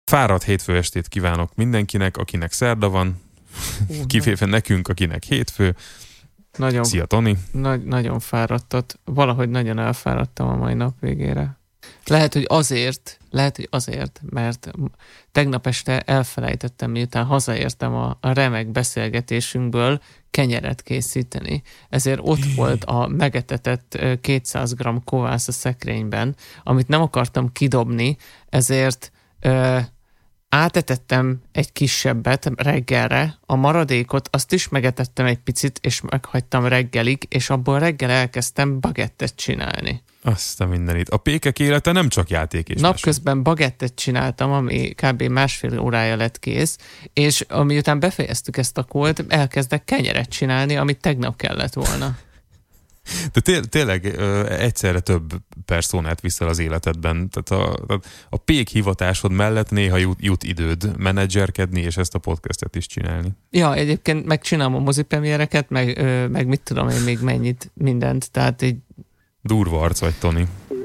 Fáradt hétfő estét kívánok mindenkinek, akinek szerda van, kivéve nekünk, akinek hétfő. Nagyon, szia, Toni! Nagyon fáradtat. Valahogy nagyon elfáradtam a mai nap végére. Lehet, hogy azért, mert tegnap este elfelejtettem, miután hazaértem a remek beszélgetésünkből kenyeret készíteni. Ezért ott volt a megetetett 200 g kovász a szekrényben, amit nem akartam kidobni, ezért átetettem egy kisebbet reggelre, a maradékot azt is megetettem egy picit, és meghagytam reggelig, és abból reggel elkezdtem bagettet csinálni. Azt a mindenit. A pékek élete nem csak játék és napközben bagettet csináltam, ami kb. 1,5 órája lett kész, és amiután befejeztük ezt a kólt, elkezdek kenyeret csinálni, amit tegnap kellett volna. De tényleg egyszerre több perszónát viszel az életedben. Tehát a pék hivatásod mellett néha jut időd menedzserkedni, és ezt a podcastet is csinálni. Ja, egyébként megcsinálom a mozipremiereket, meg mit tudom én még mindent, tehát így durva arc vagy, Toni.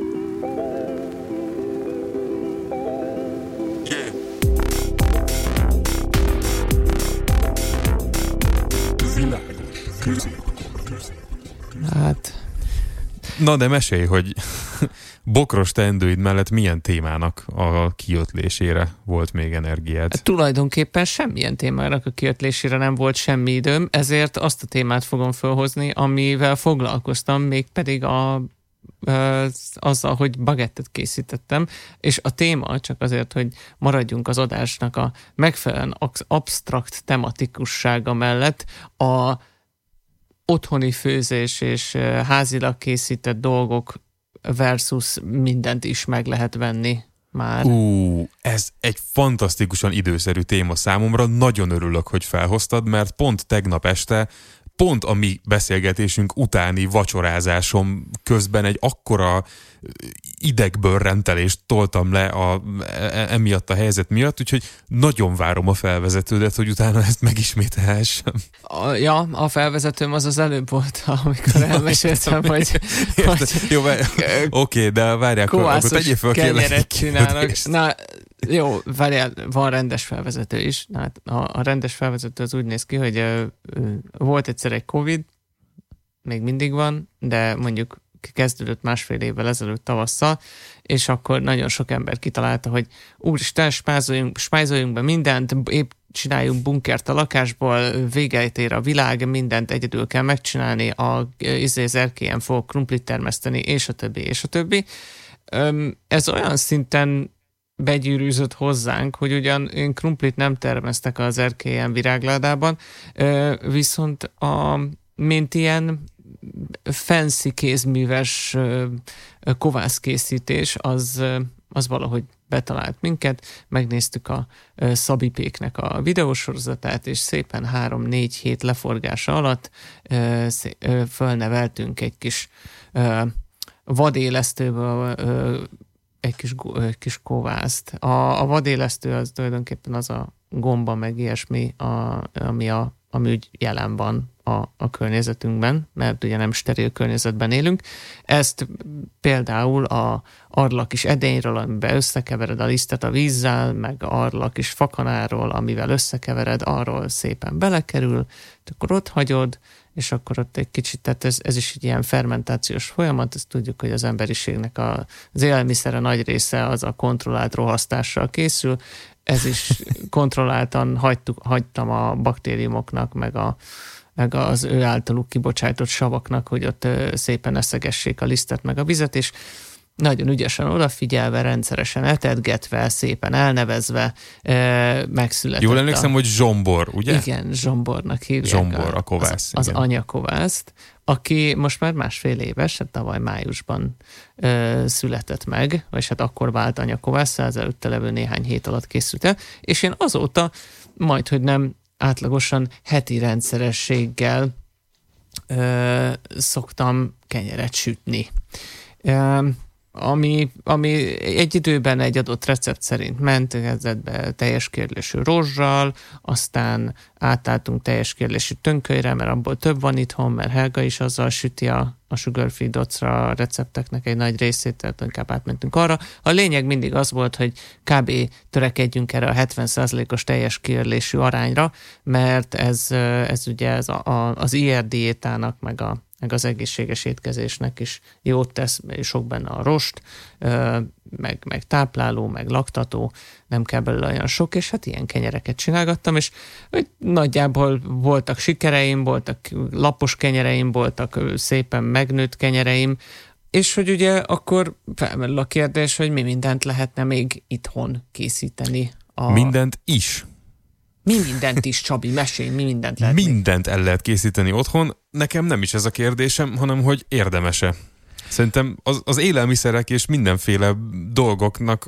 Hát... Na de mesélj, hogy bokros teendőid mellett milyen témának a kiötlésére volt még energiád? Tulajdonképpen semmilyen témának a kiötlésére nem volt semmi időm, ezért azt a témát fogom felhozni, amivel foglalkoztam, mégpedig azzal, hogy bagettet készítettem, és a téma csak azért, hogy maradjunk az adásnak a megfelelően absztrakt tematikussága mellett, a otthoni főzés és házilag készített dolgok versus mindent is meg lehet venni már. Ez egy fantasztikusan időszerű téma számomra. Nagyon örülök, hogy felhoztad, mert pont tegnap este, pont a mi beszélgetésünk utáni vacsorázásom közben egy akkora idegbőrrentelést toltam le emiatt a helyzet miatt, úgyhogy nagyon várom a felvezetődet, hogy utána ezt megismételhessem. A felvezetőm az előbb volt, amikor elmeséltem, hogy jó, oké, de várják, akkor tegyél fel kenyeret csinálnak. Na, jó, várjál, van rendes felvezető is. Na, hát a rendes felvezető az úgy néz ki, hogy volt egyszer egy Covid, még mindig van, de mondjuk kezdődött 1,5 évvel ezelőtt tavasszal, és akkor nagyon sok ember kitalálta, hogy úristen, spájzoljunk be mindent, épp csináljunk bunkert a lakásból, véget ér a világ, mindent egyedül kell megcsinálni, az erkélyen fog krumplit termeszteni, és a többi, és a többi. Ez olyan szinten begyűrűzött hozzánk, hogy ugyan én krumplit nem termesztek az erkélyen virágládában, viszont mint ilyen fancy kézműves kovászkészítés, az valahogy betalált minket, megnéztük a Szabipéknek a videósorozatát, és szépen 3-4 hét leforgása alatt fölneveltünk egy kis vadélesztőből egy kis kovászt. A vadélesztő az tulajdonképpen az a gomba, meg ilyesmi, ami úgy jelen van a környezetünkben, mert ugye nem steril környezetben élünk. Ezt például a arlakis edényről, amiben összekevered a lisztet a vízzel, meg arlakis fakanáról, amivel összekevered, arról szépen belekerül, akkor ott hagyod, és akkor ott egy kicsit, tehát ez is egy ilyen fermentációs folyamat, ezt tudjuk, hogy az emberiségnek az élelmiszere nagy része az a kontrollált rohasztással készül, ez is kontrolláltan hagytam a baktériumoknak, meg az ő általuk kibocsájtott savaknak, hogy ott szépen eszegessék a lisztet meg a vizet, és nagyon ügyesen odafigyelve, rendszeresen etetgetve, szépen elnevezve megszületett. Jól emlékszem, hogy zsombor, ugye? Igen, zsombornak hívják. Zsombor, a kovász. Az anyakovászt, aki most már 1,5 éves, hát tavaly májusban született meg, vagy hát akkor vált anyakovásszá, az előtte levő néhány hét alatt készült el, és én azóta majdhogy nem átlagosan heti rendszerességgel szoktam kenyeret sütni. ami egy időben egy adott recept szerint ment, kezdetbe teljes kérlésű rozssal, aztán átálltunk teljes kérlésű tönkölyre, mert abból több van itthon, mert Helga is azzal süti a sugar-free docra recepteknek egy nagy részét, tehát inkább átmentünk arra. A lényeg mindig az volt, hogy kb. Törekedjünk erre a 70%-os teljes kérlésű arányra, mert ez ugye az IR diétának, meg az egészséges étkezésnek is jót tesz, sok benne a rost, meg tápláló, meg laktató, nem kell belőle olyan sok, és hát ilyen kenyereket csinálgattam, és nagyjából voltak sikereim, voltak lapos kenyereim, voltak szépen megnőtt kenyereim, és hogy ugye akkor felmerül a kérdés, hogy mi mindent lehetne még itthon készíteni. Mindent is. Mi mindent is, Csabi, mesélj, mi mindent lehet. Mindent el lehet készíteni otthon. Nekem nem is ez a kérdésem, hanem hogy érdemese. Szerintem az élelmiszerek és mindenféle dolgoknak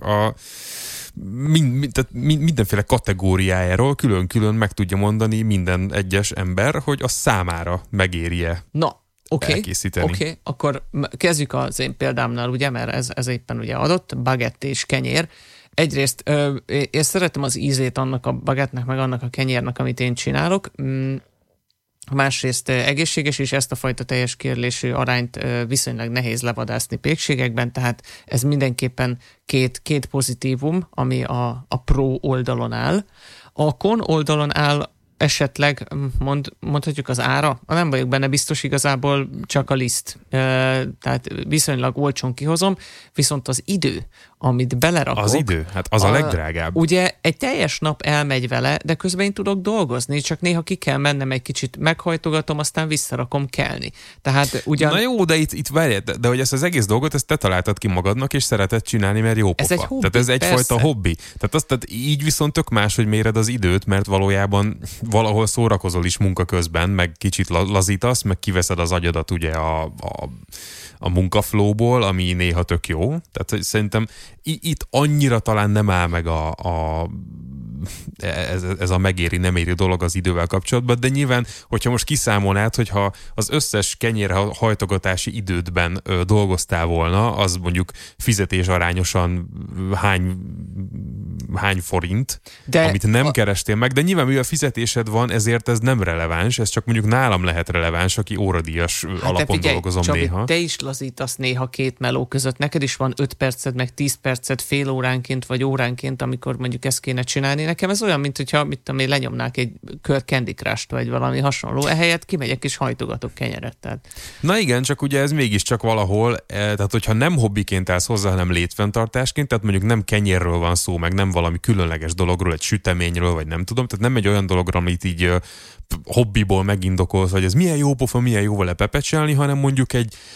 tehát mindenféle kategóriájáról külön-külön meg tudja mondani minden egyes ember, hogy a számára megéri-e elkészíteni. Oké, akkor kezdjük az én példámnál, ugye, mert ez éppen ugye adott, baguette és kenyér. Egyrészt én szeretem az ízét annak a bagettnek, meg annak a kenyérnek, amit én csinálok. Másrészt egészséges, és ezt a fajta teljes kérlésű arányt viszonylag nehéz levadászni pékségekben, tehát ez mindenképpen két pozitívum, ami a pro oldalon áll. A con oldalon áll esetleg mondhatjuk az ára, nem vagyok benne biztos, igazából csak a liszt. Tehát viszonylag olcsón kihozom, viszont az idő, amit belerakok... Az idő? Hát az a legdrágább. Ugye egy teljes nap elmegy vele, de közben én tudok dolgozni, csak néha ki kell mennem egy kicsit, meghajtogatom, aztán visszarakom kelni. Tehát ugyan... Na jó, de itt várj, de hogy ezt az egész dolgot, ezt te találtad ki magadnak, és szereted csinálni, mert jó pofa. Ez egy hobbi, tehát ez egyfajta hobbi. Tehát így viszont tök más, hogy méred az időt, mert valójában valahol szórakozol is munka közben, meg kicsit lazítasz, meg kiveszed az agyadat ugye a munkaflowból, ami néha tök jó. Tehát szerintem itt annyira talán nem áll meg ez a megéri, nem éri dolog az idővel kapcsolatban, de nyilván, hogyha most kiszámolnád, hogyha az összes kenyérhajtogatási idődben dolgoztál volna, az mondjuk fizetés arányosan hány forint, amit nem kerestél meg, de nyilván mivel fizetésed van, ezért ez nem releváns, ez csak mondjuk nálam lehet releváns, aki óradíjas alapon dolgozom Csabi, néha. Te is lazítasz néha két meló között, neked is van 5 perced, meg 10 perced fél óránként, vagy óránként, amikor mondjuk ezt kéne csinálni. Nekem ez olyan, mint hogyha lenyomnák egy kör Candy Crush-t, vagy valami hasonló. Ehelyett kimegyek és hajtogatok kenyeret. Tehát. Na igen, csak ugye ez mégiscsak valahol, tehát hogyha nem hobbiként állsz hozzá, hanem létfenntartásként, tehát mondjuk nem kenyérről van szó, meg nem valami különleges dologról, egy süteményről, vagy nem tudom, tehát nem egy olyan dologra, amit így hobbiból megindokolsz, hogy ez milyen jó pofa, milyen jó vele pepecselni, hanem mondjuk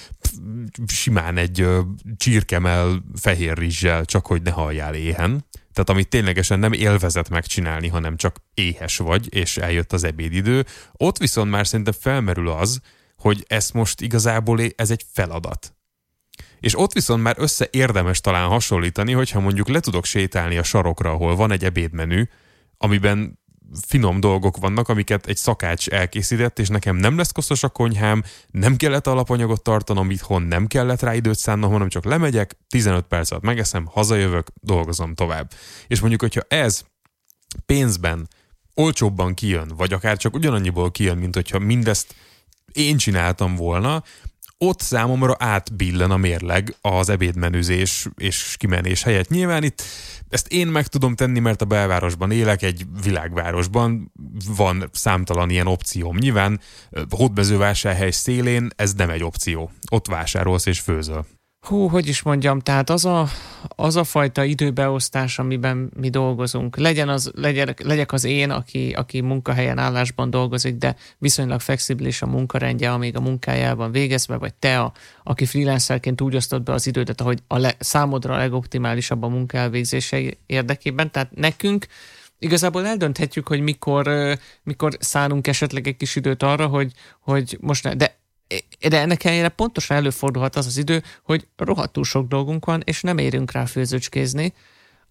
simán egy csirkemell fehér rizssel, csak hogy ne halljál éhen. Tehát amit ténylegesen nem élvezet megcsinálni, hanem csak éhes vagy, és eljött az ebédidő. Ott viszont már szerintem felmerül az, hogy ez most igazából ez egy feladat. És ott viszont már érdemes talán hasonlítani, hogyha mondjuk le tudok sétálni a sarokra, ahol van egy ebédmenü, amiben finom dolgok vannak, amiket egy szakács elkészített, és nekem nem lesz koszos a konyhám, nem kellett alapanyagot tartanom itthon, nem kellett rá időt szánnom, hanem csak lemegyek, 15 perc alatt megeszem, hazajövök, dolgozom tovább. És mondjuk, hogyha ez pénzben olcsóbban kijön, vagy akár csak ugyanannyiból kijön, mint hogyha mindezt én csináltam volna, ott számomra átbillen a mérleg az ebédmenüzés és kimenés helyett. Nyilván itt ezt én meg tudom tenni, mert a belvárosban élek, egy világvárosban van számtalan ilyen opcióm. Nyilván Hódmezővásárhely szélén ez nem egy opció. Ott vásárolsz és főzöl. Hogy is mondjam, tehát az a fajta időbeosztás, amiben mi dolgozunk, legyek az én, aki munkahelyen állásban dolgozik, de viszonylag flexibilis a munkarendje, amíg a munkájában végezve, vagy te, aki freelancerként úgy osztod be az idődet, ahogy számodra a legoptimálisabb a munka elvégzése érdekében, tehát nekünk igazából eldönthetjük, hogy mikor szánunk esetleg egy kis időt arra, hogy most de ennek ellenére pontosan előfordulhat az idő, hogy rohadtul sok dolgunk van, és nem érünk rá főzőcskézni,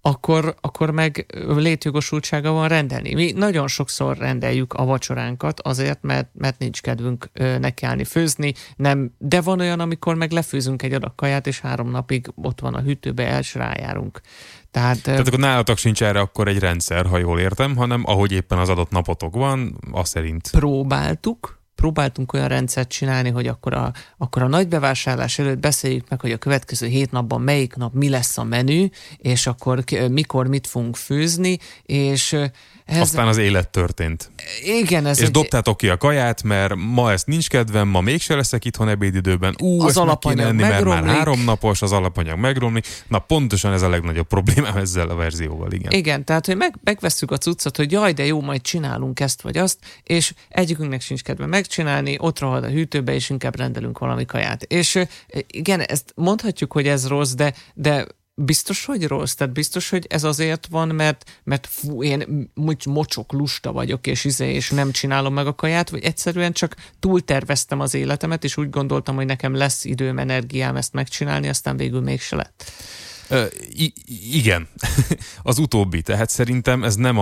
akkor meg létjogosultsága van rendelni. Mi nagyon sokszor rendeljük a vacsoránkat azért, mert nincs kedvünk nekiállni főzni, nem, de van olyan, amikor meg lefőzünk egy adag kaját, és 3 napig ott van a hűtőbe, és rájárunk. Tehát akkor nálatok sincs erre akkor egy rendszer, ha jól értem, hanem ahogy éppen az adott napotok van, az szerint. Próbáltunk olyan rendszert csinálni, hogy akkor a nagy bevásárlás előtt beszéljük meg, hogy a következő 7 napban melyik nap mi lesz a menü, és akkor mikor mit fogunk főzni, és aztán az élet történt. Igen, és dobtátok ki a kaját, mert ma ezt nincs kedvem, ma mégse leszek itthon ebédidőben. Az ezt meg kéne enni, mert már 3 napos, az alapanyag megromlik. Na pontosan ez a legnagyobb problémám ezzel a verzióval, igen. Igen, tehát hogy megvesszük a cuccot, hogy jaj, de jó, majd csinálunk ezt vagy azt, és egyikünknek sincs kedve megcsinálni, ott rohad a hűtőbe, és inkább rendelünk valami kaját. És igen, ezt mondhatjuk, hogy ez rossz, de biztos, hogy rossz? Tehát biztos, hogy ez azért van, mert fú, én mocsok, lusta vagyok, és nem csinálom meg a kaját, vagy egyszerűen csak túlterveztem az életemet, és úgy gondoltam, hogy nekem lesz időm, energiám ezt megcsinálni, aztán végül mégse lett. Igen, az utóbbi. Tehát szerintem ez nem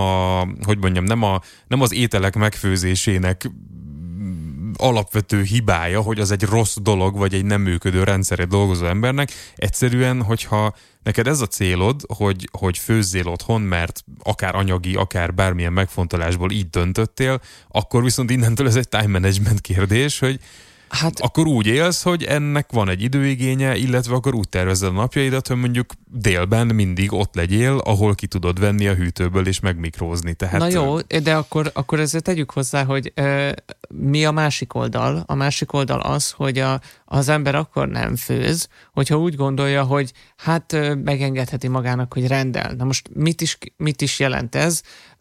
nem az ételek megfőzésének alapvető hibája, hogy az egy rossz dolog, vagy egy nem működő rendszerre dolgozó embernek. Egyszerűen, hogyha neked ez a célod, hogy főzzél otthon, mert akár anyagi, akár bármilyen megfontolásból így döntöttél, akkor viszont innentől ez egy time management kérdés, hogy akkor úgy élsz, hogy ennek van egy időigénye, illetve akkor úgy tervezed a napjaidat, hogy mondjuk délben mindig ott legyél, ahol ki tudod venni a hűtőből és megmikrózni. Tehát... Na jó, de akkor ezzel tegyük hozzá, hogy mi a másik oldal? A másik oldal az, hogy az ember akkor nem főz, hogyha úgy gondolja, hogy megengedheti magának, hogy rendel. Na most mit is jelent ez?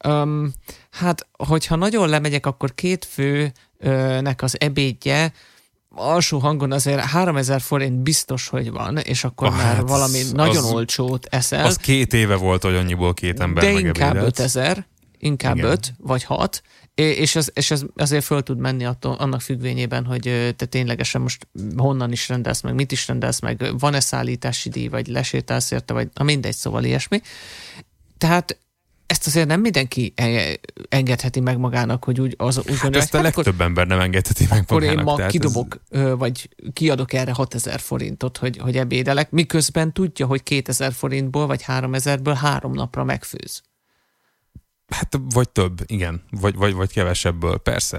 Hogyha nagyon lemegyek, akkor 2 főnek az ebédje alsó hangon azért 3000 forint biztos, hogy van, és akkor már valami nagyon olcsót eszel. Az 2 éve volt, hogy annyiból 2 ember megebédelt. De inkább 5000, inkább 5 vagy 6, és ez azért föl tud menni annak függvényében, hogy te ténylegesen most honnan is rendelsz meg, mit is rendelsz meg, van-e szállítási díj, vagy lesétálsz érte, vagy mindegy, szóval ilyesmi. Tehát ezt azért nem mindenki engedheti meg magának, hogy úgy gondolja. Ezt a legtöbb ember nem engedheti meg magának. Akkor én ma kidobok, vagy kiadok erre 6000 forintot, hogy ebédelek, miközben tudja, hogy 2000 forintból, vagy 3000-ből 3 napra megfőz. Vagy több, igen. Vagy kevesebből, persze.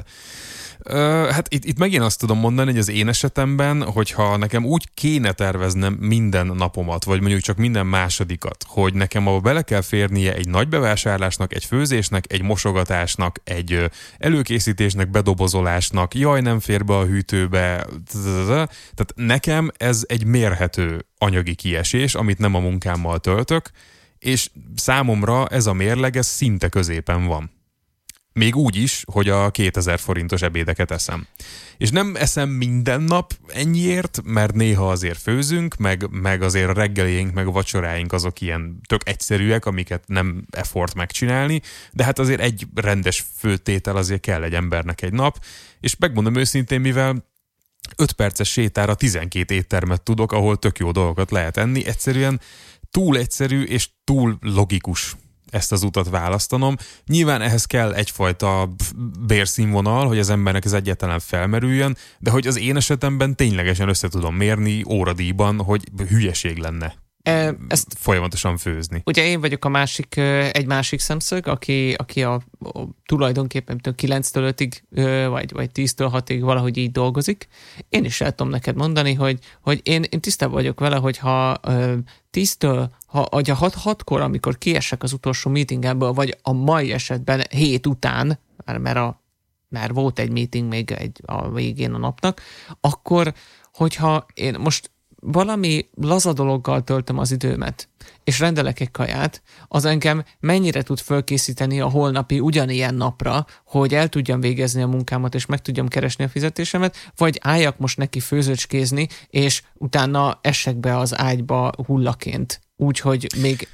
Itt megint azt tudom mondani, hogy az én esetemben, hogyha nekem úgy kéne terveznem minden napomat, vagy mondjuk csak minden másodikat, hogy nekem abba bele kell férnie egy nagy bevásárlásnak, egy főzésnek, egy mosogatásnak, egy előkészítésnek, bedobozolásnak, jaj, nem fér be a hűtőbe, tehát nekem ez egy mérhető anyagi kiesés, amit nem a munkámmal töltök, és számomra ez a mérleg, ez szinte középen van. Még úgy is, hogy a 2000 forintos ebédeket eszem. És nem eszem minden nap ennyiért, mert néha azért főzünk, meg azért a reggeléink, meg a vacsoráink azok ilyen tök egyszerűek, amiket nem effort megcsinálni, de hát azért egy rendes főtétel azért kell egy embernek egy nap, és megmondom őszintén, mivel 5 perces sétára 12 éttermet tudok, ahol tök jó dolgokat lehet enni, egyszerűen túl egyszerű és túl logikus ezt az utat választanom. Nyilván ehhez kell egyfajta bérszínvonal, hogy az embernek ez egyáltalán felmerüljön, de hogy az én esetemben ténylegesen össze tudom mérni óradíjban, hogy hülyeség lenne ezt folyamatosan főzni. Ugye én vagyok egy másik szemszög, aki tulajdonképpen 9-től 5-ig, vagy 10-től 6-ig valahogy így dolgozik. Én is el tudom neked mondani, hogy én tisztában vagyok vele, hogy ha 10-től, ha 6-kor, amikor kiesek az utolsó meetingemből, vagy a mai esetben 7 után, mert volt egy meeting még a végén a napnak, akkor, hogyha én most valami laza dologgal töltöm az időmet, és rendelek egy kaját, az engem mennyire tud fölkészíteni a holnapi ugyanilyen napra, hogy el tudjam végezni a munkámat, és meg tudjam keresni a fizetésemet, vagy álljak most neki főzöcskézni, és utána essek be az ágyba hullaként. Úgyhogy még...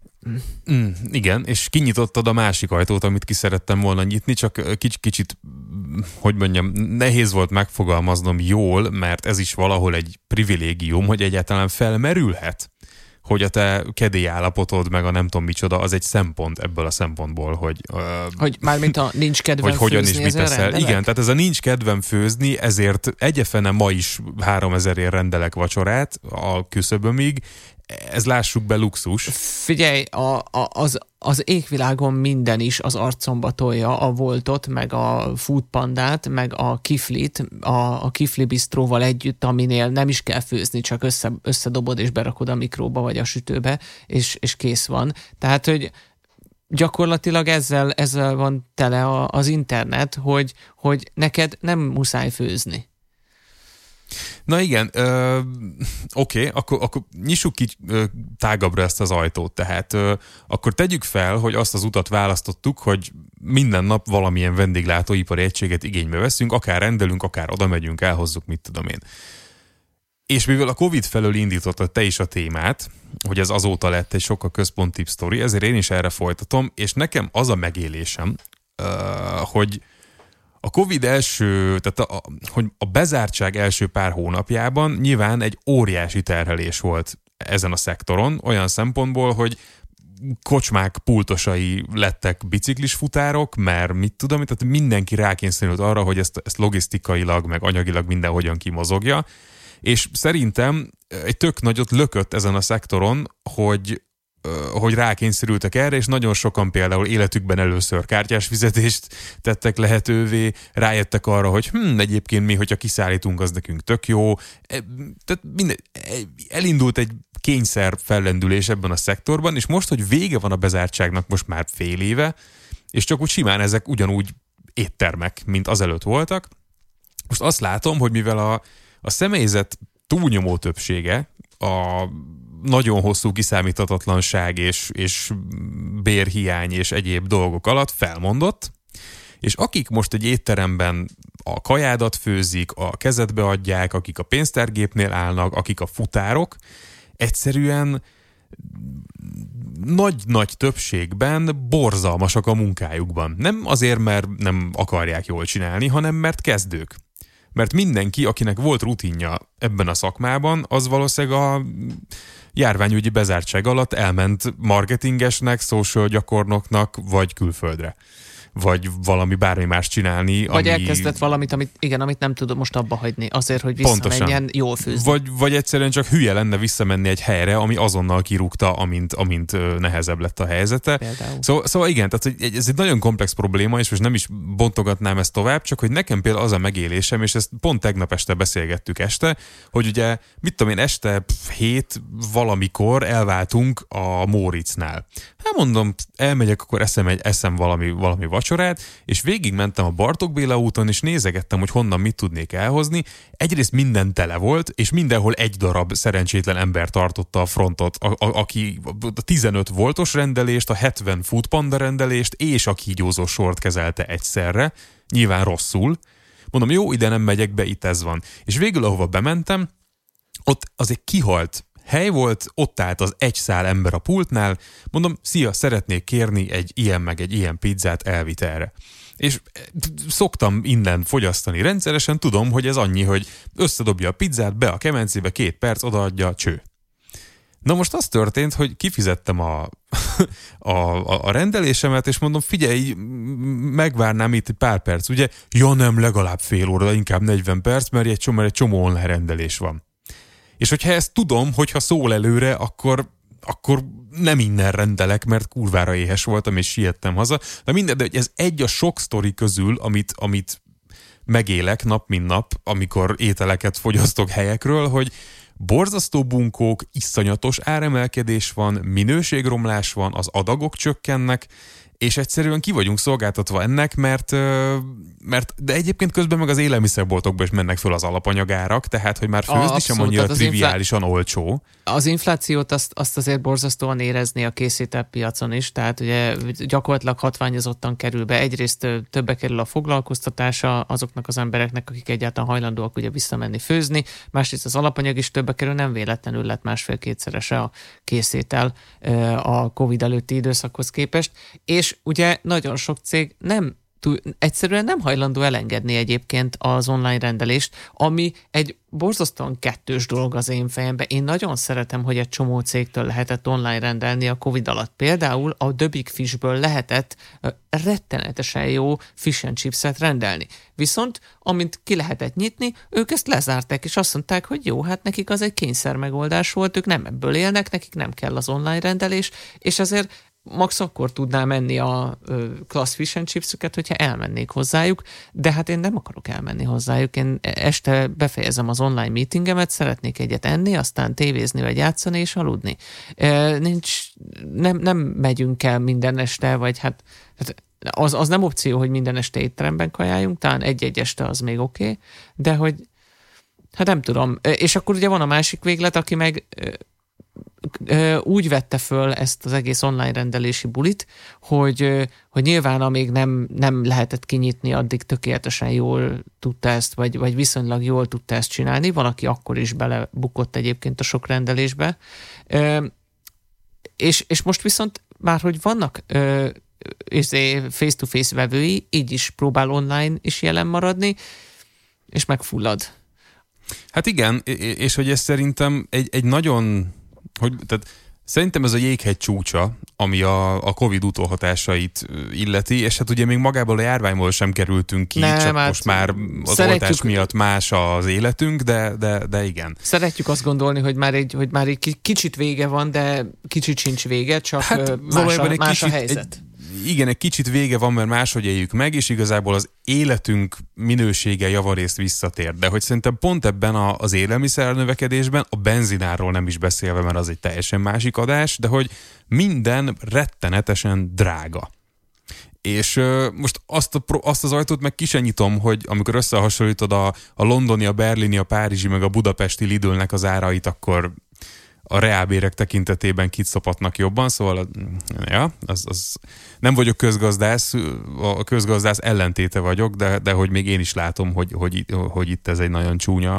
Igen, és kinyitottad a másik ajtót, amit ki szerettem volna nyitni, csak kicsit, hogy mondjam, nehéz volt megfogalmaznom jól, mert ez is valahol egy privilégium, hogy egyáltalán felmerülhet, hogy a te kedélyállapotod, meg a nem tudom micsoda, az egy szempont ebből a szempontból, hogy mármint a nincs kedvem hogy hogyan főzni, is mit teszel. rendelek? Igen, tehát ez a nincs kedvem főzni, ezért egyefene ma is 3000-ért rendelek vacsorát a küszöbömig. Ez lássuk be luxus. Figyelj, az égvilágon minden is az arcomba tolja a Voltot, meg a Foodpandát, meg a Kiflit, a Kifli Bistróval együtt, aminél nem is kell főzni, csak összedobod és berakod a mikróba vagy a sütőbe, és kész van. Tehát, hogy gyakorlatilag ezzel van tele az internet, hogy neked nem muszáj főzni. Na igen, oké, akkor nyissuk ki tágabbra ezt az ajtót, tehát akkor tegyük fel, hogy azt az utat választottuk, hogy minden nap valamilyen vendéglátóipari egységet igénybe veszünk, akár rendelünk, akár oda megyünk, elhozzuk, mit tudom én. És mivel a Covid felől indítottad te is a témát, hogy ez azóta lett egy sokkal központibb sztori, ezért én is erre folytatom, és nekem az a megélésem, hogy a Covid tehát hogy a bezártság első pár hónapjában nyilván egy óriási terhelés volt ezen a szektoron, olyan szempontból, hogy kocsmák pultosai lettek biciklis futárok, mert mit tudom, tehát mindenki rákényszerült arra, hogy ezt logisztikailag, meg anyagilag mindenhogyan kimozogja, és szerintem egy tök nagyot lökött ezen a szektoron, hogy rákényszerültek erre, és nagyon sokan például életükben először kártyás fizetést tettek lehetővé, rájöttek arra, hogy egyébként mi, hogyha kiszállítunk, az nekünk tök jó. Tehát elindult egy kényszer fellendülés ebben a szektorban, és most, hogy vége van a bezártságnak most már fél éve, és csak úgy simán ezek ugyanúgy éttermek, mint azelőtt voltak. Most azt látom, hogy mivel a személyzet túlnyomó többsége a nagyon hosszú kiszámíthatatlanság és bérhiány és egyéb dolgok alatt felmondott, és akik most egy étteremben a kajádat főzik, a kezedbe adják, akik a pénztárgépnél állnak, akik a futárok, egyszerűen nagy többségben borzalmasak a munkájukban. Nem azért, mert nem akarják jól csinálni, hanem mert kezdők. Mert mindenki, akinek volt rutinja ebben a szakmában, az valószínűleg a járványügyi bezártság alatt elment marketingesnek, social gyakornoknak, vagy külföldre. Vagy valami bármi más csinálni. Vagy elkezdett valamit, amit nem tud most abba hagyni, azért, hogy visszamenjen jól főzni. Vagy egyszerűen csak hülye lenne visszamenni egy helyre, ami azonnal kirúgta, amint nehezebb lett a helyzete. Szóval igen, tehát ez egy nagyon komplex probléma, és most nem is bontogatnám ezt tovább, csak hogy nekem például az a megélésem, és ezt pont tegnap este beszélgettük hogy ugye, mit tudom én, este 7 valamikor elváltunk a Móricztnál. Hát mondom, elmegyek, akkor eszem valami vacsorát, és végigmentem a Bartók Béla úton, és nézegettem, hogy honnan mit tudnék elhozni. Egyrészt minden tele volt, és mindenhol egy darab szerencsétlen ember tartotta a frontot, aki a 15 voltos rendelést, a 70 Foodpanda rendelést, és a kígyózó sort kezelte egyszerre. Nyilván rosszul. Mondom, jó, ide nem megyek be, itt ez van. És végül, ahova bementem, ott az egy kihalt hely volt, ott állt az egy szál ember a pultnál, mondom, szia, szeretnék kérni egy ilyen meg egy ilyen pizzát elvitelre. És szoktam innen fogyasztani rendszeresen, tudom, hogy ez annyi, hogy összedobja a pizzát, be a kemencébe, 2 perc, odaadja, cső. Na most az történt, hogy kifizettem a rendelésemet, és mondom, figyelj, megvárnám itt egy pár perc, ugye? Ja nem, legalább fél óra, de inkább 40 perc, mert egy csomó online rendelés van. És hogyha ezt tudom, hogyha szól előre, akkor nem innen rendelek, mert kurvára éhes voltam, és siettem haza. De minden, de ez egy a sok sztori közül, amit megélek nap, mint nap, amikor ételeket fogyasztok helyekről, hogy borzasztó bunkók, iszonyatos áremelkedés van, minőségromlás van, az adagok csökkennek, és egyszerűen ki vagyunk szolgáltatva ennek, mert de egyébként közben meg az élelmiszerboltokba is mennek föl az alapanyagárak, tehát, hogy már főzni sem annyira triviálisan olcsó. Az inflációt azt azért borzasztóan érezni a készételpiacon is, tehát ugye gyakorlatilag hatványozottan kerül be. Egyrészt többe kerül a foglalkoztatása azoknak az embereknek, akik egyáltalán hajlandóak ugye visszamenni főzni, másrészt az alapanyag is többe kerül, nem véletlenül lett 1,5-2-szerese a készétel a Covid előtti időszakhoz képest, és ugye nagyon sok cég nem egyszerűen nem hajlandó elengedni egyébként az online rendelést, ami egy borzasztóan kettős dolog az én fejemben. Én nagyon szeretem, hogy egy csomó cégtől lehetett online rendelni a Covid alatt. Például a The Big Fishből lehetett rettenetesen jó fish and chipset rendelni. Viszont, amint ki lehetett nyitni, ők ezt lezárták, és azt mondták, hogy jó, hát nekik az egy kényszer megoldás volt, ők nem ebből élnek, nekik nem kell az online rendelés, és azért max akkor tudnám menni a Class Fish and Chipsüket, hogyha elmennék hozzájuk, de hát én nem akarok elmenni hozzájuk. Én este befejezem az online meetingemet, szeretnék egyet enni, aztán tévézni vagy játszani és aludni. Nem megyünk el minden este, vagy hát az nem opció, hogy minden este étteremben kajáljunk, talán egy-egy este az még oké, de hogy hát nem tudom. És akkor ugye van a másik véglet, aki meg úgy vette föl ezt az egész online rendelési bulit, hogy nyilván amíg nem lehetett kinyitni, addig tökéletesen jól tudta ezt, vagy viszonylag jól tudta ezt csinálni. Van, aki akkor is belebukott egyébként a sok rendelésbe. És most viszont már, hogy vannak face-to-face vevői, így is próbál online is jelen maradni, és megfullad. Hát igen, és hogy ez szerintem egy nagyon... Tehát szerintem ez a jéghegy csúcsa, ami a Covid utóhatásait illeti, és hát ugye még magából a járványból sem kerültünk ki, csak hát most már az oltás miatt más az életünk, de igen. Szeretjük azt gondolni, hogy már egy kicsit vége van, de kicsit sincs vége, csak hát más a helyzet. Igen, egy kicsit vége van, mert máshogy éljük meg, és igazából az életünk minősége javarészt visszatér. De hogy szerintem pont ebben az élelmiszer növekedésben, a benzinárról nem is beszélve, mert az egy teljesen másik adás, de hogy minden rettenetesen drága. És most azt az ajtót meg ki sem nyitom, hogy amikor összehasonlítod a londoni, a berlini, a párizsi, meg a budapesti Lidlnek az árait, akkor a reálbérek tekintetében kit szopatnak jobban, szóval ja, az nem vagyok közgazdász, a közgazdász ellentéte vagyok, de hogy még én is látom, hogy itt ez egy nagyon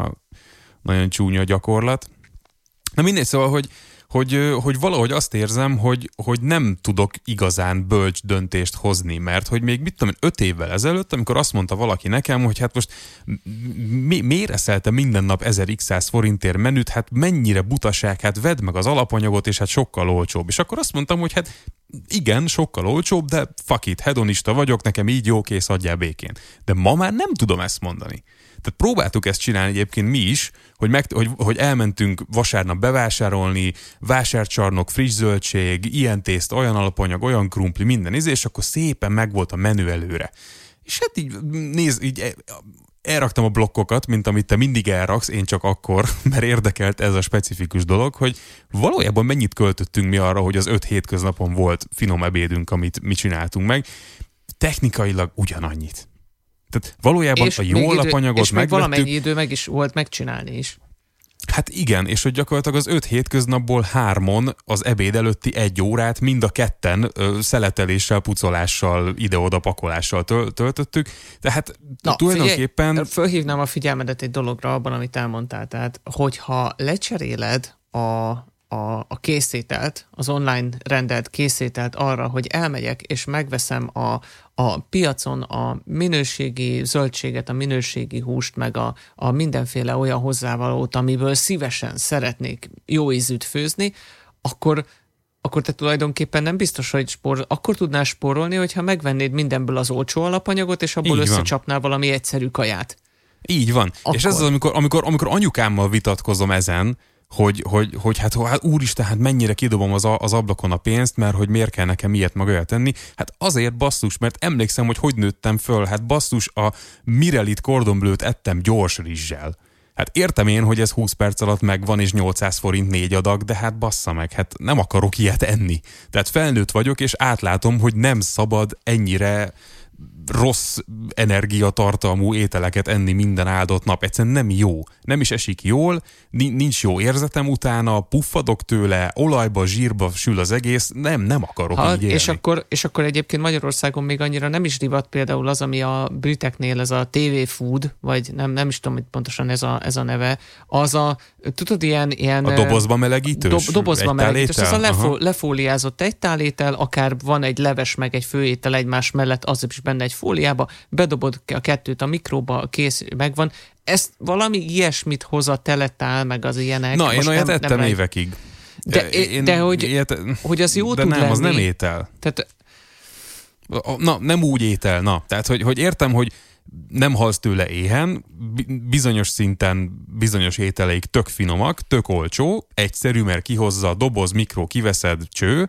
csúnya gyakorlat. Na mindegy, szóval, hogy valahogy azt érzem, hogy nem tudok igazán bölcs döntést hozni, mert hogy még mit tudom, 5 évvel ezelőtt, amikor azt mondta valaki nekem, hogy hát most miért eszelte minden nap 1000x forintért menüt, hát mennyire butaság, hát vedd meg az alapanyagot, és hát sokkal olcsóbb. És akkor azt mondtam, hogy hát igen, sokkal olcsóbb, de fuck it, hedonista vagyok, nekem így jó, kész, adjál békén. De ma már nem tudom ezt mondani. Tehát próbáltuk ezt csinálni egyébként mi is, hogy elmentünk vasárnap bevásárolni, vásárcsarnok, friss zöldség, ilyen tészt, olyan alapanyag, olyan krumpli, minden és akkor szépen megvolt a menü előre. És hát így elraktam a blokkokat, mint amit te mindig elraksz, én csak akkor, mert érdekelt ez a specifikus dolog, hogy valójában mennyit költöttünk mi arra, hogy az 5 hétköznapon volt finom ebédünk, amit mi csináltunk meg. Technikailag ugyanannyit. Tehát valójában a jó alapanyagot és meg valamennyi idő meg is volt megcsinálni is. Hát igen, és hogy gyakorlatilag az 5 hétköznapból 3-on az ebéd előtti 1 órát mind a ketten szeleteléssel, pucolással, ide-oda pakolással töltöttük. Tehát tulajdonképpen... Figyelj, fölhívnám a figyelmedet egy dologra abban, amit elmondtál. Tehát, hogyha lecseréled a készételt, az online rendelt készételt arra, hogy elmegyek és megveszem a piacon a minőségi zöldséget, a minőségi húst, meg a mindenféle olyan hozzávalót, amiből szívesen szeretnék jó ízűt főzni, akkor te tulajdonképpen nem biztos, hogy akkor tudnál spórolni, hogyha megvennéd mindenből az olcsó alapanyagot, és abból összecsapnál valami egyszerű kaját. Így van. Akkor. És ez az, amikor anyukámmal vitatkozom ezen, hogy hát úristen, hát mennyire kidobom az ablakon a pénzt, mert hogy miért kell nekem ilyet meg olyat tenni. Hát azért basszus, mert emlékszem, hogy nőttem föl. Hát basszus, a Mirelit kordonblőt ettem gyors rizssel. Hát értem én, hogy ez 20 perc alatt megvan, és 800 forint 4 adag, de hát bassza meg, hát nem akarok ilyet enni. Tehát felnőtt vagyok, és átlátom, hogy nem szabad ennyire rossz energiatartalmú ételeket enni minden áldott nap. Egyszerűen nem jó. Nem is esik jól, nincs jó érzetem utána, puffadok tőle, olajba, zsírba sül az egész, nem akarok így élni. És akkor egyébként Magyarországon még annyira nem is divat például az, ami a briteknél ez a TV food, vagy nem is tudom, hogy pontosan ez a neve, az tudod, ilyen... A dobozba melegítős? Dobozba melegítős. Az a lefóliázott egytálétel, akár van egy leves meg egy főétel egymás mellett, az is benne egy fóliába, bedobod a kettőt a mikróba, kész, megvan. Ezt valami ilyesmit hoz a teletál, meg az ilyenek. Na, én olyat ettem évekig. De hogy az jó tud lenni. Az nem étel. Tehát, na, nem úgy étel, na. Tehát, hogy értem, hogy nem halsz tőle éhen, bizonyos szinten, bizonyos ételeik tök finomak, tök olcsó, egyszerű, mert kihozza a doboz, mikro, kiveszed, cső.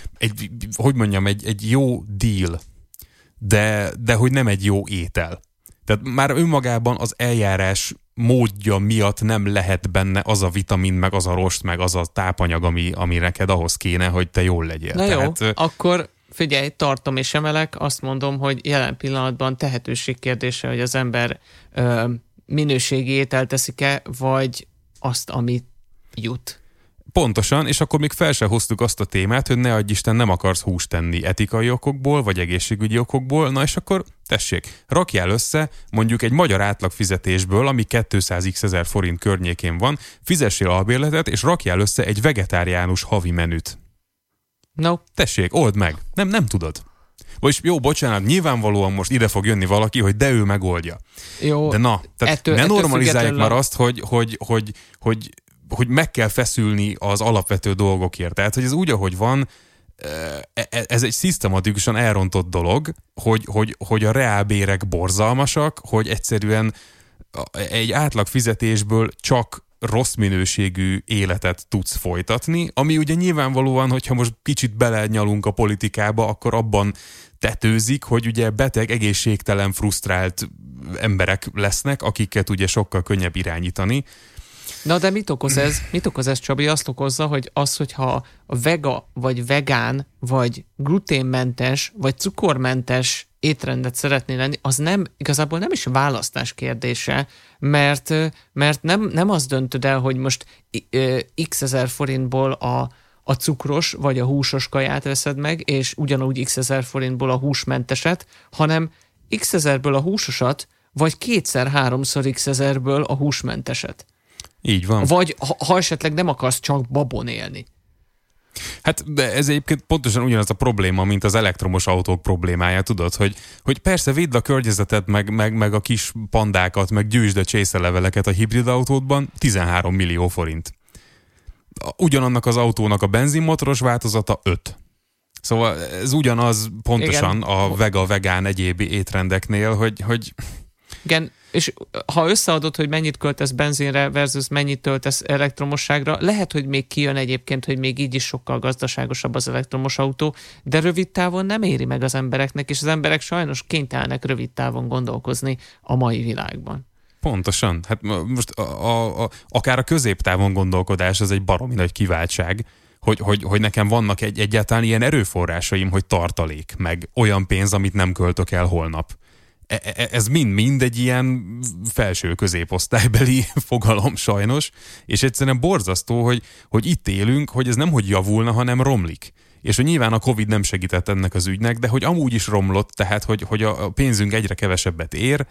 Egy jó deal, de hogy nem egy jó étel. Tehát már önmagában az eljárás módja miatt nem lehet benne az a vitamin, meg az a rost, meg az a tápanyag, ami neked ahhoz kéne, hogy te jól legyél. Na jó, akkor figyelj, tartom és emelek, azt mondom, hogy jelen pillanatban tehetőség kérdése, hogy az ember minőségi ételt teszik-e, vagy azt, amit jut. Pontosan, és akkor még fel se hoztuk azt a témát, hogy ne adj Isten, nem akarsz húst tenni etikai okokból, vagy egészségügyi okokból, na és akkor tessék, rakjál össze mondjuk egy magyar átlagfizetésből, ami 200x ezer forint környékén van, fizessél albérletet, és rakjál össze egy vegetáriánus havi menüt. No. Tessék, old meg. Nem tudod. Vagyis jó, bocsánat, nyilvánvalóan most ide fog jönni valaki, hogy de ő megoldja. Jó, de na, tehát ne normalizálják már azt, hogy meg kell feszülni az alapvető dolgokért. Tehát, hogy ez úgy, ahogy van, ez egy szisztematikusan elrontott dolog, hogy a reálbérek borzalmasak, hogy egyszerűen egy átlag fizetésből csak rossz minőségű életet tudsz folytatni, ami ugye nyilvánvalóan, hogyha most kicsit belenyalunk a politikába, akkor abban tetőzik, hogy ugye beteg, egészségtelen, frusztrált emberek lesznek, akiket ugye sokkal könnyebb irányítani. Na de mit okoz ez? Mit okoz ez, Csabi? Azt okozza, hogy hogyha a vega, vagy vegán, vagy gluténmentes, vagy cukormentes étrendet szeretné lenni, az igazából nem is választás kérdése, mert nem az döntöd el, hogy most x ezer forintból a cukros vagy a húsos kaját veszed meg, és ugyanúgy x ezer forintból a húsmenteset, hanem x ezerből a húsosat, vagy 2-3-szor x ezerből a húsmenteset. Így van. Vagy ha esetleg nem akarsz csak babon élni. Hát de ez egyébként pontosan ugyanaz a probléma, mint az elektromos autók problémája, tudod, hogy persze védd a környezetet, meg a kis pandákat, meg gyűjtsd a csészeleveleket a hibrid autódban, 13 millió forint. Ugyanannak az autónak a benzinmotoros változata 5. Szóval ez ugyanaz pontosan. Igen. A vegán egyéb étrendeknél, hogy... Igen, és ha összeadod, hogy mennyit költesz benzinre versus mennyit töltesz elektromosságra, lehet, hogy még kijön egyébként, hogy még így is sokkal gazdaságosabb az elektromos autó, de rövid távon nem éri meg az embereknek, és az emberek sajnos kénytelenek rövid távon gondolkozni a mai világban. Pontosan. Hát most akár a középtávon gondolkodás az egy baromi nagy kiváltság, hogy nekem vannak egyáltalán ilyen erőforrásaim, hogy tartalék, meg olyan pénz, amit nem költök el holnap. Ez mind egy ilyen felső középosztálybeli fogalom sajnos, és egyszerűen borzasztó, hogy itt élünk, hogy ez nem hogy javulna, hanem romlik. És hogy nyilván a Covid nem segített ennek az ügynek, de hogy amúgy is romlott, tehát hogy a pénzünk egyre kevesebbet ér,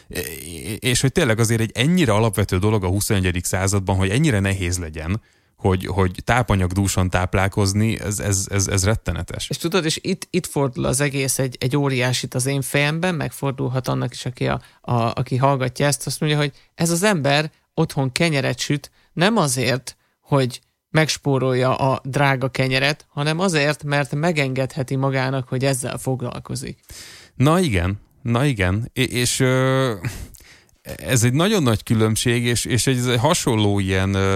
és hogy tényleg azért egy ennyire alapvető dolog a 21. században, hogy ennyire nehéz legyen, hogy tápanyagdúsan táplálkozni, ez rettenetes. És tudod, és itt fordul az egész egy óriásit az én fejemben, megfordulhat annak is, aki hallgatja ezt, azt mondja, hogy ez az ember otthon kenyeret süt, nem azért, hogy megspórolja a drága kenyeret, hanem azért, mert megengedheti magának, hogy ezzel foglalkozik. Na igen. És ez egy nagyon nagy különbség, és egy hasonló ilyen...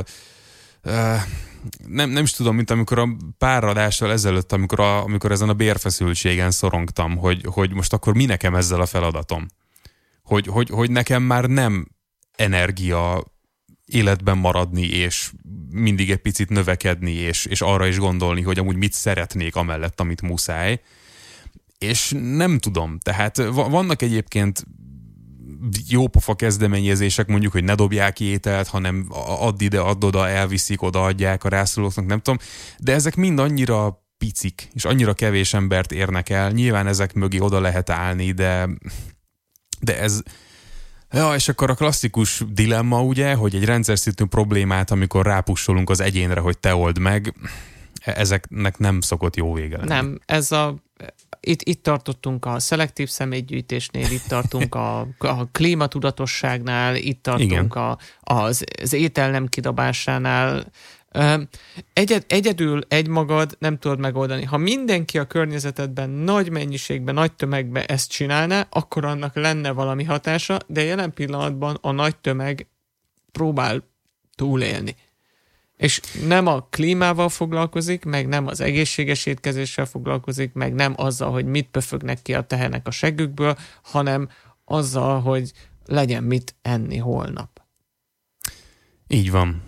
Nem is tudom, mint amikor a pár adással ezelőtt, amikor ezen a bérfeszültségen szorongtam, hogy most akkor mi nekem ezzel a feladatom? Hogy nekem már nem energia életben maradni, és mindig egy picit növekedni, és arra is gondolni, hogy amúgy mit szeretnék amellett, amit muszáj. És nem tudom, tehát vannak egyébként jópofa kezdeményezések, mondjuk, hogy ne dobják ki ételt, hanem add ide, add oda, elviszik, odaadják a rászorulóknak, nem tudom, de ezek mind annyira picik, és annyira kevés embert érnek el, nyilván ezek mögé oda lehet állni, de ez... Ja, és akkor a klasszikus dilemma, ugye, hogy egy rendszer szintű problémát, amikor rápussolunk az egyénre, hogy te old meg, ezeknek nem szokott jó vége lenni. Nem, itt tartottunk a szelektív személygyűjtésnél, itt tartunk a klímatudatosságnál, itt tartunk az étel nem kidobásánál. Egyedül egymagad nem tudod megoldani. Ha mindenki a környezetedben nagy mennyiségben, nagy tömegben ezt csinálná, akkor annak lenne valami hatása, de jelen pillanatban a nagy tömeg próbál túlélni. És nem a klímával foglalkozik, meg nem az egészséges étkezéssel foglalkozik, meg nem azzal, hogy mit pöfögnek ki a tehenek a seggükből, hanem azzal, hogy legyen mit enni holnap. Így van.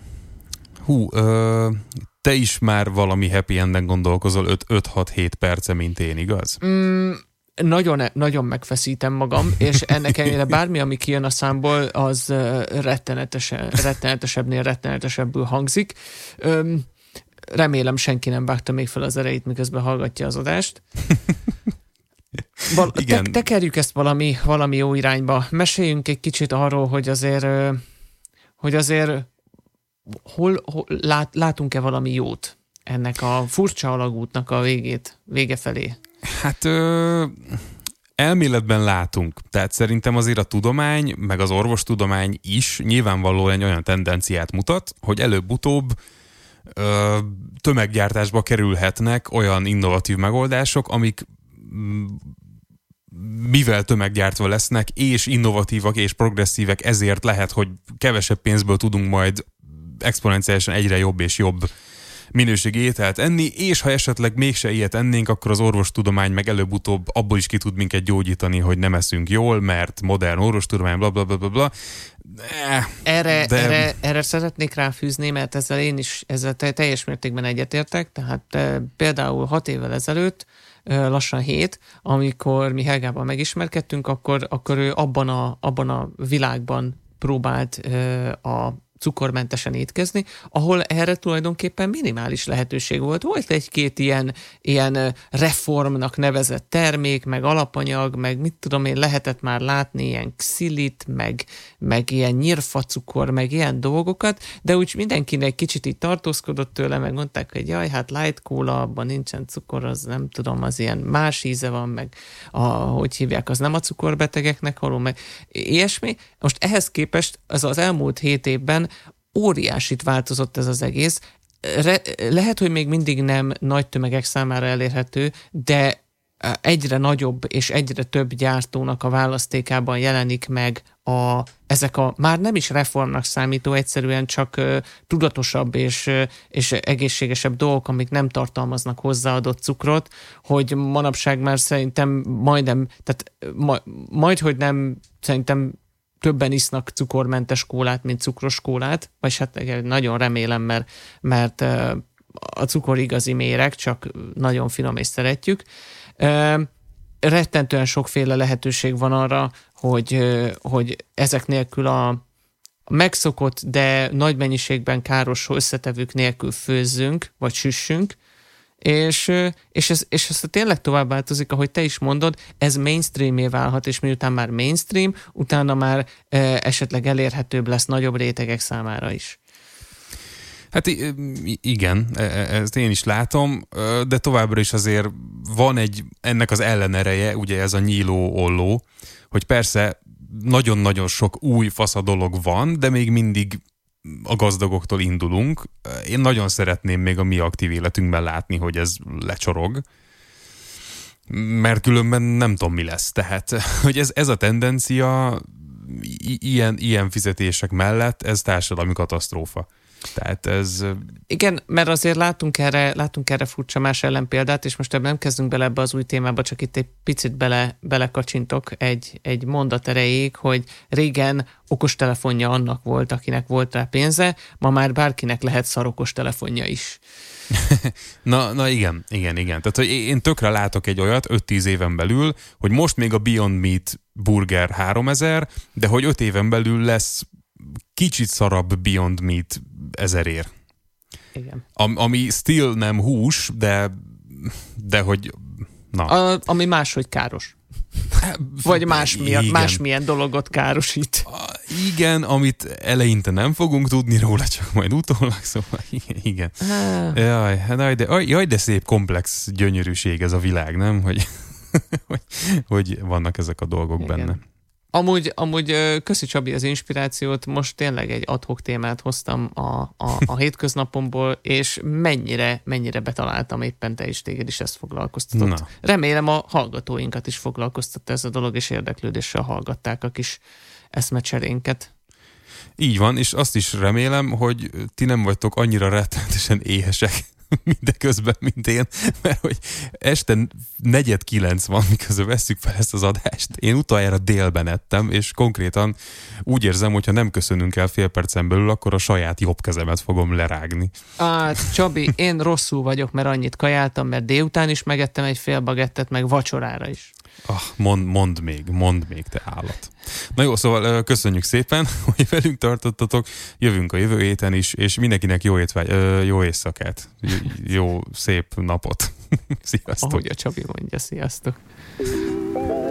Te is már valami happy enden gondolkozol 5-6-7 perce, mint én, igaz? Nagyon megfeszítem magam, és ennek ellenére bármi, ami kijön a számból, az rettenetesebbnél rettenetesebbül hangzik. Remélem senki nem vágta még fel az erejét, miközben hallgatja az adást. Tekerjük ezt valami jó irányba. Meséljünk egy kicsit arról, hogy azért hol látunk-e valami jót ennek a furcsa alagútnak a vége felé? Hát elméletben látunk. Tehát szerintem azért a tudomány, meg az orvostudomány is nyilvánvalóan egy olyan tendenciát mutat, hogy előbb-utóbb tömeggyártásba kerülhetnek olyan innovatív megoldások, amik mivel tömeggyártva lesznek, és innovatívak, és progresszívek, ezért lehet, hogy kevesebb pénzből tudunk majd exponenciálisan egyre jobb és jobb minőségi ételt enni, és ha esetleg mégse ilyet ennénk, akkor az orvostudomány meg előbb-utóbb abból is ki tud minket gyógyítani, hogy nem eszünk jól, mert modern orvostudomány, blablabla. Erre szeretnék ráfűzni, mert ezzel teljes mértékben egyetértek, tehát például 6 évvel ezelőtt, lassan 7, amikor mi Helgával megismerkedtünk, akkor ő abban a világban próbált a cukormentesen étkezni, ahol erre tulajdonképpen minimális lehetőség volt. Volt egy-két ilyen reformnak nevezett termék, meg alapanyag, meg mit tudom én, lehetett már látni ilyen xilit, meg ilyen nyírfacukor, meg ilyen dolgokat, de úgy mindenkinek egy kicsit így tartózkodott tőle, meg mondták, hogy jaj, hát light cola, abban nincsen cukor, az nem tudom, az ilyen más íze van, meg hogy hívják, az nem a cukorbetegeknek való, meg ilyesmi. Most ehhez képest az elmúlt 7 évben óriásit változott ez az egész. Lehet, hogy még mindig nem nagy tömegek számára elérhető, de egyre nagyobb és egyre több gyártónak a választékában jelenik meg ezek a már nem is reformnak számító, egyszerűen csak tudatosabb és egészségesebb dolgok, amik nem tartalmaznak hozzáadott cukrot, hogy manapság már szerintem majdnem, tehát majdhogy nem, szerintem többen isznak cukormentes kólát, mint cukros kólát, vagy hát nagyon remélem, mert a cukor igazi méreg, csak nagyon finom és szeretjük. Rettentően sokféle lehetőség van arra, hogy ezek nélkül a megszokott, de nagy mennyiségben káros összetevők nélkül főzzünk, vagy süssünk, és ez tényleg tovább változik, ahogy te is mondod, ez mainstreamé válhat, és miután már mainstream, utána már esetleg elérhetőbb lesz nagyobb rétegek számára is. Hát igen, ezt én is látom, de továbbra is azért van ennek az ellenereje, ugye ez a nyíló olló, hogy persze nagyon-nagyon sok új fasza dolog van, de még mindig a gazdagoktól indulunk. Én nagyon szeretném még a mi aktív életünkben látni, hogy ez lecsorog, mert különben nem tudom, mi lesz. Tehát, hogy ez a tendencia ilyen fizetések mellett, ez társadalmi katasztrófa. Tehát ez... Igen, mert azért látunk erre furcsa más ellenpéldát, és most ebben nem kezdünk bele ebbe az új témába, csak itt egy picit belekacsintok egy mondat erejéig, hogy régen okostelefonja annak volt, akinek volt rá pénze, ma már bárkinek lehet szarokos telefonja is. Na igen. Tehát, hogy én tökre látok egy olyat 5-10 éven belül, hogy most még a Beyond Meat burger 3000, de hogy 5 éven belül lesz kicsit szarabb Beyond Meat 1000-ér. Igen. Ami still nem hús, de hogy... Na. Ami máshogy káros. Vagy másmilyen dologot károsít. Igen, amit eleinte nem fogunk tudni róla, csak majd utólag, szóval igen. Jaj, de szép komplex gyönyörűség ez a világ, nem? Hogy... hogy vannak ezek a dolgok igen. benne. Amúgy köszi Csabi az inspirációt, most tényleg egy ad hoc témát hoztam a hétköznapomból, és mennyire betaláltam, éppen téged is ezt foglalkoztatott. Na. Remélem a hallgatóinkat is foglalkoztatta ez a dolog, és érdeklődéssel hallgatták a kis eszmecserénket. Így van, és azt is remélem, hogy ti nem vagytok annyira rettenetesen éhesek mindeközben, mint én, mert hogy este 8:45 van, miközben vesszük fel ezt az adást. Én utoljára délben ettem, és konkrétan úgy érzem, hogyha nem köszönünk el fél percen belül, akkor a saját jobb kezemet fogom lerágni. Csabi, én rosszul vagyok, mert annyit kajáltam, mert délután is megettem egy fél bagettet, meg vacsorára is. Mondd még, te állat. Na jó, szóval köszönjük szépen, hogy velünk tartottatok, jövünk a jövő héten is, és mindenkinek jó éjszakát, jó szép napot. Sziasztok! Ahogy a Csabi mondja, sziasztok!